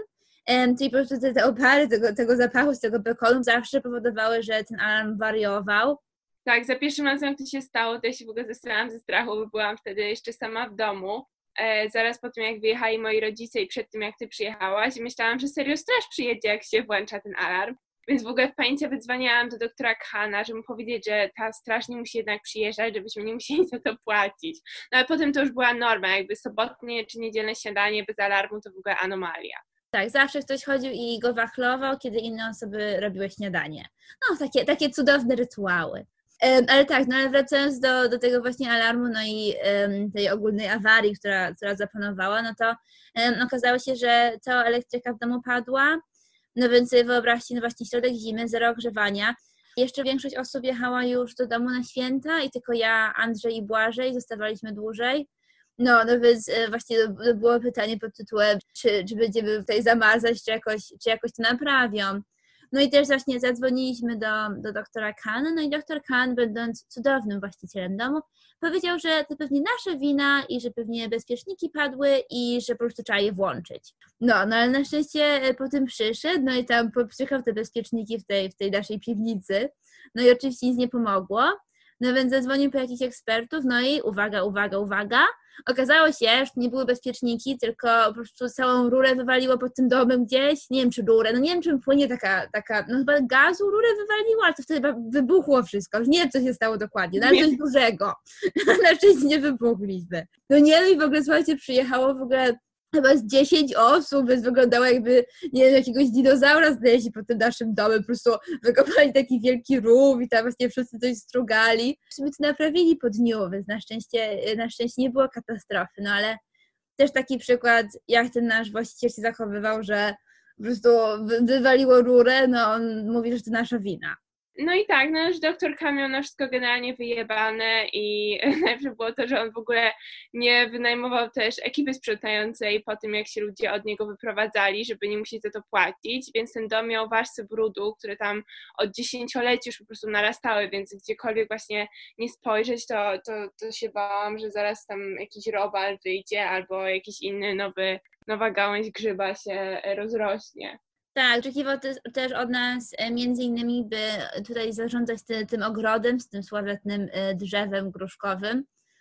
Czyli po prostu te, te opary tego, tego zapachu, z tego bekonu zawsze powodowały, że ten alarm wariował. Tak, za pierwszym razem, jak to się stało, to ja się w ogóle zesrałam ze strachu, bo byłam wtedy jeszcze sama w domu. E, zaraz po tym, jak wyjechali moi rodzice i przed tym, jak ty przyjechałaś, i myślałam, że serio straż przyjedzie, jak się włącza ten alarm. Więc w ogóle w panice wydzwaniałam do doktora Khana, żeby mu powiedzieć, że ta straż nie musi jednak przyjeżdżać, żebyśmy nie musieli za to płacić. No ale potem to już była norma, jakby sobotnie czy niedzielne śniadanie bez alarmu to w ogóle anomalia. Tak, zawsze ktoś chodził i go wachlował, kiedy inne osoby robiły śniadanie. No, takie, takie cudowne rytuały. Um, ale tak, no ale wracając do, do tego właśnie alarmu, no i um, tej ogólnej awarii, która, która zapanowała, no to um, okazało się, że cała elektryka w domu padła. No więc sobie wyobraźcie, no właśnie środek zimy, zero ogrzewania. Jeszcze większość osób jechała już do domu na święta i tylko ja, Andrzej i Błażej zostawaliśmy dłużej. No, no więc właśnie było pytanie pod tytułem, czy, czy będziemy tutaj zamarzać, czy jakoś, czy jakoś to naprawią. No i też właśnie zadzwoniliśmy do, do doktora Khana, no i doktor Khan, będąc cudownym właścicielem domu, powiedział, że to pewnie nasza wina i że pewnie bezpieczniki padły i że po prostu trzeba je włączyć. No, no ale na szczęście potem przyszedł, no i tam poprzykał te bezpieczniki w tej, w tej naszej piwnicy, no i oczywiście nic nie pomogło. No więc zadzwonił po jakichś ekspertów, no i uwaga, uwaga, uwaga, okazało się, że nie były bezpieczniki, tylko po prostu całą rurę wywaliło pod tym domem gdzieś, nie wiem czy rurę, no nie wiem czym płynie taka, taka no chyba gazu rurę wywaliło, ale to wtedy chyba wybuchło wszystko, nie wiem co się stało dokładnie, no ale coś dużego, na szczęście nie wybuchliśmy. No nie wiem, i w ogóle słuchajcie, przyjechało w ogóle chyba z dziesięć osób, więc wyglądało jakby, nie wiem, jakiegoś dinozaura znaleźli pod tym naszym domem, po prostu wykopali taki wielki rów i tam właśnie wszyscy coś strugali. W sumie to naprawili po dniu, więc na szczęście, na szczęście nie było katastrofy, no ale też taki przykład, jak ten nasz właściciel się zachowywał, że po prostu wywaliło rurę, no on mówi, że to nasza wina. No i tak, no już doktor Khan miał na wszystko generalnie wyjebane i najlepsze było to, że on w ogóle nie wynajmował też ekipy sprzątającej po tym, jak się ludzie od niego wyprowadzali, żeby nie musieć za to płacić, więc ten dom miał warstwy brudu, które tam od dziesięcioleci już po prostu narastały, więc gdziekolwiek właśnie nie spojrzeć, to, to, to się bałam, że zaraz tam jakiś robal wyjdzie albo jakiś inny nowy, nowa gałąź grzyba się rozrośnie. Tak, oczekiwał też od nas między innymi, by tutaj zarządzać ty, tym ogrodem z tym sławetnym drzewem gruszkowym.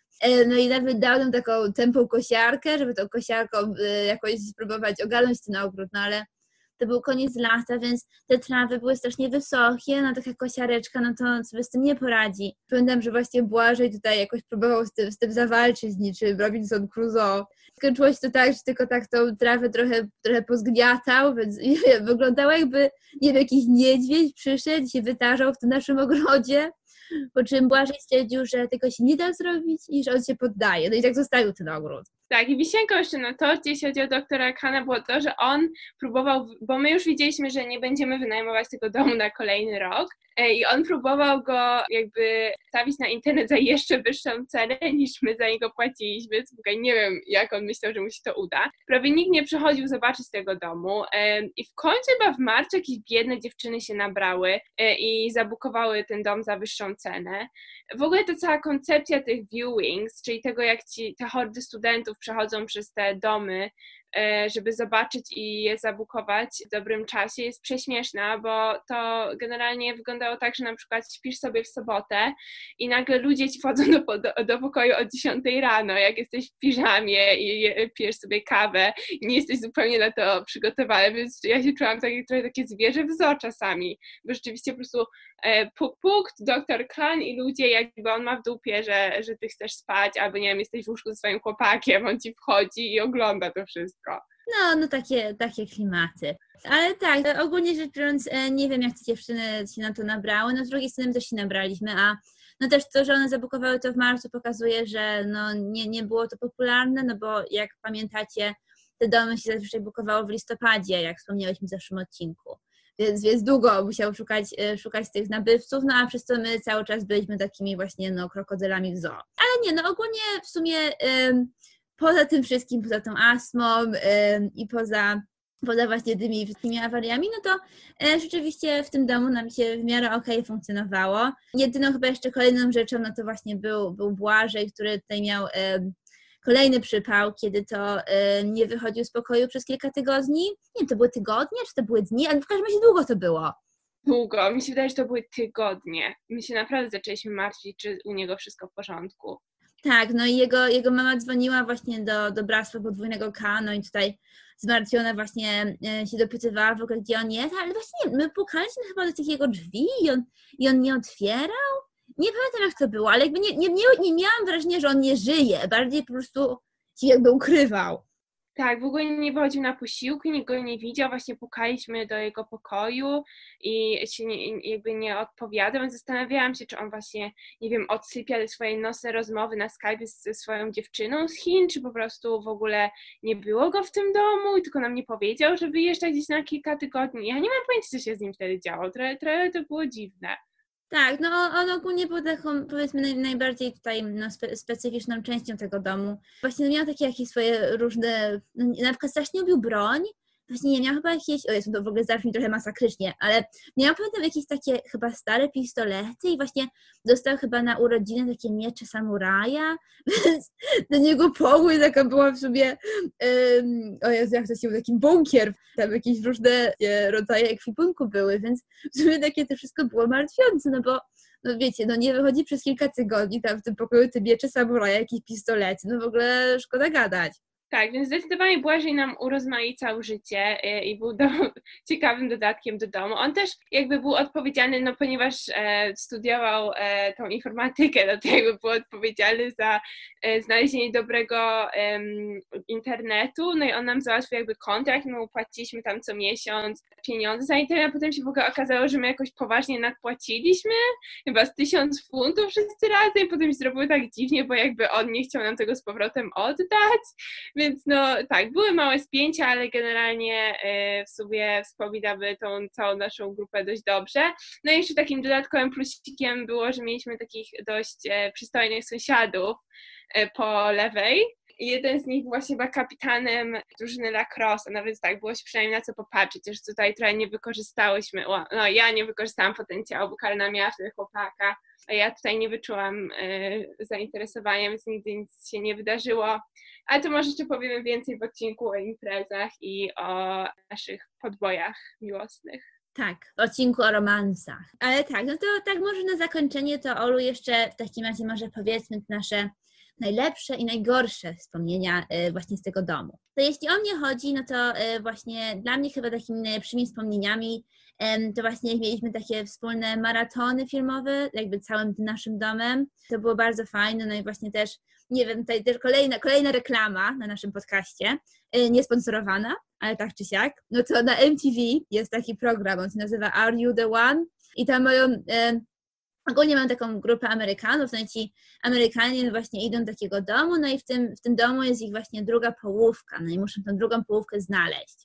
No i nawet dał nam taką tępą kosiarkę, żeby tą kosiarką jakoś spróbować ogarnąć ten ogród, no ale to był koniec lata, więc te trawy były strasznie wysokie, no taka kosiareczka, no to sobie z tym nie poradzi. Pamiętam, że właśnie Błażej tutaj jakoś próbował z tym, z tym zawalczyć z niczym Robinson Crusoe. Skończyło się to tak, że tylko tak tą trawę trochę, trochę pozgniatał, więc wyglądało jakby, nie wiem, jakiś niedźwiedź przyszedł i się wytarzał w tym naszym ogrodzie, po czym Błażej stwierdził, że tego się nie da zrobić i że on się poddaje. No i tak zostawił ten ogród. Tak, i wisienką jeszcze na torcie, jeśli chodzi o doktora Khana, było to, że on próbował, bo my już wiedzieliśmy, że nie będziemy wynajmować tego domu na kolejny rok i on próbował go jakby stawić na internet za jeszcze wyższą cenę, niż my za niego płaciliśmy, więc nie wiem, jak on myślał, że mu się to uda. Prawie nikt nie przychodził zobaczyć tego domu i w końcu chyba w marcu jakieś biedne dziewczyny się nabrały i zabukowały ten dom za wyższą cenę. W ogóle ta cała koncepcja tych viewings, czyli tego, jak ci te hordy studentów przechodzą przez te domy, żeby zobaczyć i je zabukować w dobrym czasie, jest prześmieszna, bo to generalnie wyglądało tak, że na przykład śpisz sobie w sobotę i nagle ludzie ci wchodzą do, do, do pokoju o dziesiątej rano, jak jesteś w piżamie i pijesz sobie kawę i nie jesteś zupełnie na to przygotowany, więc ja się czułam tak, trochę takie zwierzę w zoo czasami, bo rzeczywiście po prostu e, puk puk, doktor Khan i ludzie, jakby on ma w dupie, że, że ty chcesz spać, albo nie wiem, jesteś w łóżku ze swoim chłopakiem, on ci wchodzi i ogląda to wszystko. No, no takie, takie klimaty. Ale tak, ogólnie rzecz biorąc, nie wiem, jak te dziewczyny się na to nabrały, no z drugiej strony też się nabraliśmy, a no też to, że one zabukowały to w marcu pokazuje, że no nie, nie było to popularne, no bo jak pamiętacie, te domy się zazwyczaj bukowało w listopadzie, jak wspomniałyśmy w zeszłym odcinku. Więc, więc długo musiał szukać, szukać tych nabywców, no a przez to my cały czas byliśmy takimi właśnie no krokodylami w zoo. Ale nie, no ogólnie w sumie ym, poza tym wszystkim, poza tą astmą ym, i poza, poza właśnie tymi wszystkimi awariami, no to y, rzeczywiście w tym domu nam się w miarę okej okay funkcjonowało. Jedyną chyba jeszcze kolejną rzeczą, no to właśnie był, był Błażej, który tutaj miał... Ym, kolejny przypał, kiedy to y, nie wychodził z pokoju przez kilka tygodni. Nie wiem, to były tygodnie, czy to były dni, ale w każdym razie długo to było. Długo. Mi się wydaje, że to były tygodnie. My się naprawdę zaczęliśmy martwić, czy u niego wszystko w porządku. Tak, no i jego, jego mama dzwoniła właśnie do, do Bractwa Podwójnego K, no i tutaj zmartwiona właśnie e, się dopytywała w ogóle, gdzie on jest, ale właśnie my pukaliśmy chyba do tych jego drzwi i on, i on nie otwierał. Nie pamiętam, jak to było, ale jakby nie, nie, nie, nie miałam wrażenia, że on nie żyje, bardziej po prostu się jakby ukrywał. Tak, w ogóle nie wychodził na posiłki, nikt go nie widział, właśnie pukaliśmy do jego pokoju i się nie, jakby nie odpowiadał, więc zastanawiałam się, czy on właśnie, nie wiem, odsypia te swoje nocne rozmowy na Skype ze swoją dziewczyną z Chin, czy po prostu w ogóle nie było go w tym domu i tylko nam nie powiedział, że wyjeżdża gdzieś na kilka tygodni. Ja nie mam pojęcia, co się z nim wtedy działo, trochę, trochę to było dziwne. Tak, no on ogólnie był taką, powiedzmy, naj, najbardziej tutaj no, spe, specyficzną częścią tego domu. Właśnie miał takie jakieś swoje różne, no, na przykład strasznie lubił broń. Właśnie nie miał chyba jakieś, o Jezu, to w ogóle zabrzmi trochę masakrycznie, ale miał pamiętam jakieś takie chyba stare pistolety i właśnie dostał chyba na urodziny takie miecze samuraja, więc do niego pokój taka była w sobie, um, o Jezu, jak to się był, taki bunkier, tam jakieś różne e, rodzaje ekwipunku były, więc w sumie takie to wszystko było martwiące, no bo no wiecie, no nie wychodzi przez kilka tygodni tam w tym pokoju te miecze samuraja, jakieś pistolety, no w ogóle szkoda gadać. Tak, więc zdecydowanie Błażej nam urozmaicał życie i był do, ciekawym dodatkiem do domu. On też jakby był odpowiedzialny, no ponieważ e, studiował e, tą informatykę, no to jakby był odpowiedzialny za e, znalezienie dobrego e, internetu, no i on nam załatwił jakby kontrakt, my mu płaciliśmy tam co miesiąc pieniądze za internet, a potem się w ogóle okazało, że my jakoś poważnie nadpłaciliśmy, chyba z tysiąc funtów wszyscy razem i potem się zrobiło tak dziwnie, bo jakby on nie chciał nam tego z powrotem oddać. Więc no tak, były małe spięcia, ale generalnie w sobie wspominamy tą całą naszą grupę dość dobrze. No i jeszcze takim dodatkowym plusikiem było, że mieliśmy takich dość przystojnych sąsiadów po lewej. I jeden z nich właśnie był kapitanem drużyny lacrosse, no więc tak, było się przynajmniej na co popatrzeć, też tutaj trochę nie wykorzystałyśmy, no ja nie wykorzystałam potencjału, bo Karolina miała wtedy chłopaka, a ja tutaj nie wyczułam y, zainteresowania, więc nigdy nic się nie wydarzyło. Ale to może jeszcze powiemy więcej w odcinku o imprezach i o naszych podbojach miłosnych. Tak, w odcinku o romansach. Ale tak, no to tak może na zakończenie to Olu jeszcze w takim razie może powiedzmy nasze najlepsze i najgorsze wspomnienia właśnie z tego domu. To jeśli o mnie chodzi, no to właśnie dla mnie chyba takimi najlepszymi wspomnieniami to właśnie jak mieliśmy takie wspólne maratony filmowe, jakby całym naszym domem. To było bardzo fajne, no i właśnie też, nie wiem, tutaj też kolejna, kolejna reklama na naszym podcaście, niesponsorowana, ale tak czy siak. No to na M T V jest taki program, on się nazywa Are You The One? I tam mają... Ogólnie mam taką grupę Amerykanów, no i ci Amerykanie właśnie idą do takiego domu, no i w tym, w tym domu jest ich właśnie druga połówka, no i muszą tą drugą połówkę znaleźć.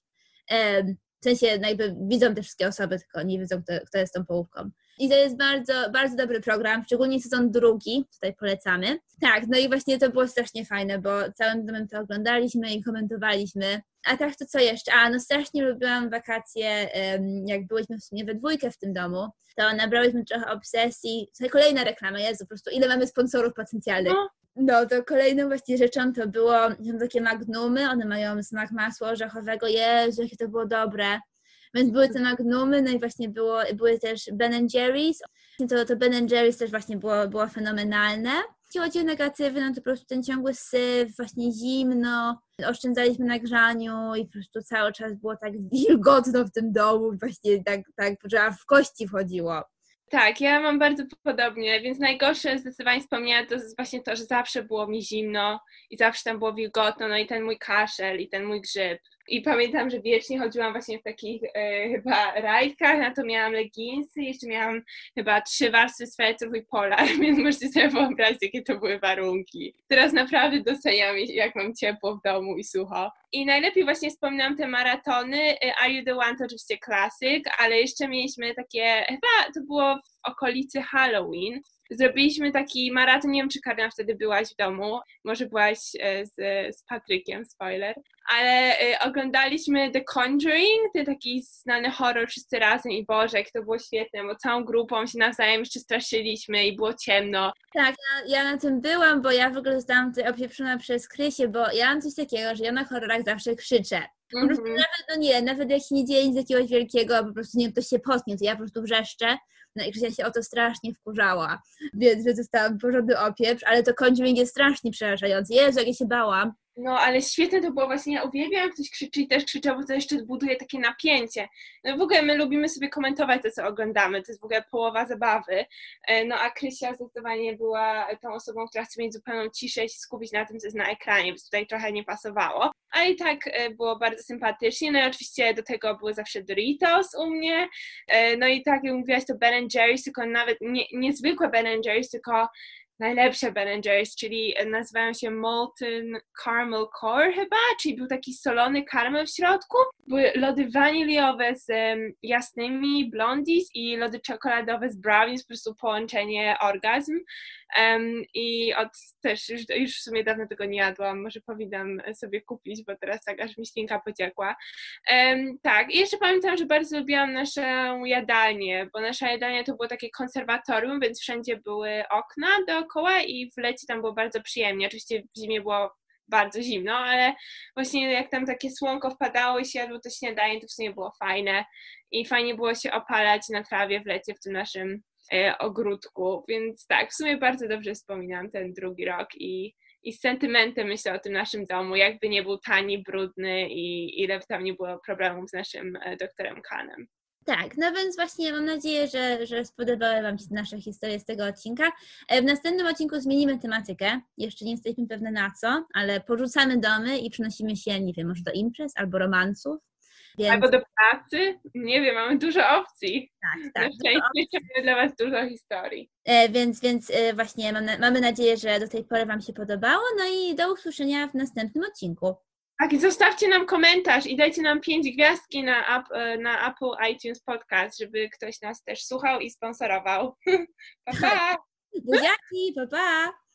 W sensie no jakby widzą te wszystkie osoby, tylko nie wiedzą, kto, kto jest tą połówką. I to jest bardzo, bardzo dobry program, szczególnie sezon drugi, tutaj polecamy. Tak, no i właśnie to było strasznie fajne, bo całym domem to oglądaliśmy i komentowaliśmy. A tak to co jeszcze? A, no strasznie lubiłam wakacje, jak byłyśmy w sumie we dwójkę w tym domu, to nabrałyśmy trochę obsesji. Słuchaj, kolejna reklama, Jezu, po prostu ile mamy sponsorów potencjalnych. No, to kolejną właśnie rzeczą to było, są takie magnumy, one mają smak masła orzechowego, Jezu, jakie to było dobre. Więc były te magnumy, no i właśnie było, były też Ben and Jerry's. To, to Ben and Jerry's też właśnie było, było fenomenalne. Jeśli chodzi o negatywy, no to po prostu ten ciągły syf, właśnie zimno, oszczędzaliśmy na grzaniu i po prostu cały czas było tak wilgotno w tym domu, właśnie tak, tak że aż w kości wchodziło. Tak, ja mam bardzo podobnie, więc najgorsze zdecydowanie wspomnienia to jest właśnie to, że zawsze było mi zimno i zawsze tam było wilgotno, no i ten mój kaszel i ten mój grzyb. I pamiętam, że wiecznie chodziłam właśnie w takich e, chyba rajtkach, na to miałam leginsy, jeszcze miałam chyba trzy warstwy swetrów i polar, więc możecie sobie wyobrazić, jakie to były warunki. Teraz naprawdę doceniam, jak mam ciepło w domu i sucho. I najlepiej właśnie wspominam te maratony. Are You The One to oczywiście klasyk, ale jeszcze mieliśmy takie, chyba to było w okolicy Halloween, zrobiliśmy taki maraton, nie wiem, czy Karina wtedy byłaś w domu, może byłaś z, z Patrykiem, spoiler, ale oglądaliśmy The Conjuring, ten taki znany horror wszyscy razem i Boże, jak to było świetne, bo całą grupą się nawzajem jeszcze straszyliśmy i było ciemno. Tak, ja, ja na tym byłam, bo ja w ogóle zostałam tutaj opieprzona przez Krysię, bo ja mam coś takiego, że ja na horrorach zawsze krzyczę. Po prostu Mhm. nawet, no nie, nawet jak się nie dzieje nic jakiegoś wielkiego, a po prostu nie wiem, ktoś się potknie, to ja po prostu wrzeszczę. No i Krysia się o to strasznie wkurzała, więc że dostałam porządny opieprz, ale to Conjuring jest strasznie przerażający. Jezu, jak ja się bałam. No, ale świetne to było właśnie, ja uwielbiam, jak ktoś krzyczy i też krzyczał, bo to jeszcze buduje takie napięcie. No w ogóle my lubimy sobie komentować to, co oglądamy, to jest w ogóle połowa zabawy. No a Krysia zdecydowanie była tą osobą, która chce mieć zupełną ciszę i się skupić na tym, co jest na ekranie, więc tutaj trochę nie pasowało. Ale i tak było bardzo sympatycznie, no i oczywiście do tego były zawsze Doritos u mnie. No i tak jak mówiłaś, to Ben and Jerry's, tylko nawet nie, niezwykłe Ben and Jerry's, tylko najlepsze Ben and Jerry's, czyli nazywają się Molten Caramel Core chyba, czyli był taki solony karmel w środku. Były lody waniliowe z um, jasnymi blondies i lody czekoladowe z brownies, po prostu połączenie orgazm. Um, I od też już, już w sumie dawno tego nie jadłam, może powinnam sobie kupić, bo teraz tak aż mi ślinka pociekła. Um, tak, i jeszcze pamiętam, że bardzo lubiłam naszą jadalnię, bo nasza jadalnia to było takie konserwatorium, więc wszędzie były okna dookoła i w lecie tam było bardzo przyjemnie. Oczywiście w zimie było bardzo zimno, ale właśnie jak tam takie słonko wpadało i się jadło to śniadanie, to w sumie było fajne i fajnie było się opalać na trawie w lecie w tym naszym e, ogródku, więc tak, w sumie bardzo dobrze wspominam ten drugi rok i, i z sentymentem myślę o tym naszym domu, jakby nie był tani, brudny i ile by tam nie było problemów z naszym e, doktorem Kanem. Tak, no więc właśnie mam nadzieję, że, że spodobały Wam się nasze historie z tego odcinka. W następnym odcinku zmienimy tematykę. Jeszcze nie jesteśmy pewne na co, ale porzucamy domy i przenosimy się, nie wiem, może do imprez albo romansów. Więc... Albo do pracy. Nie wiem, mamy dużo opcji. Tak, tak. Na szczęście mamy dla Was dużo historii. E, więc więc e, właśnie mam na, mamy nadzieję, że do tej pory Wam się podobało. No i do usłyszenia w następnym odcinku. Tak, i zostawcie nam komentarz i dajcie nam pięć gwiazdki na, app, na Apple iTunes Podcast, żeby ktoś nas też słuchał i sponsorował. Pa, pa! Buziaki, pa, pa!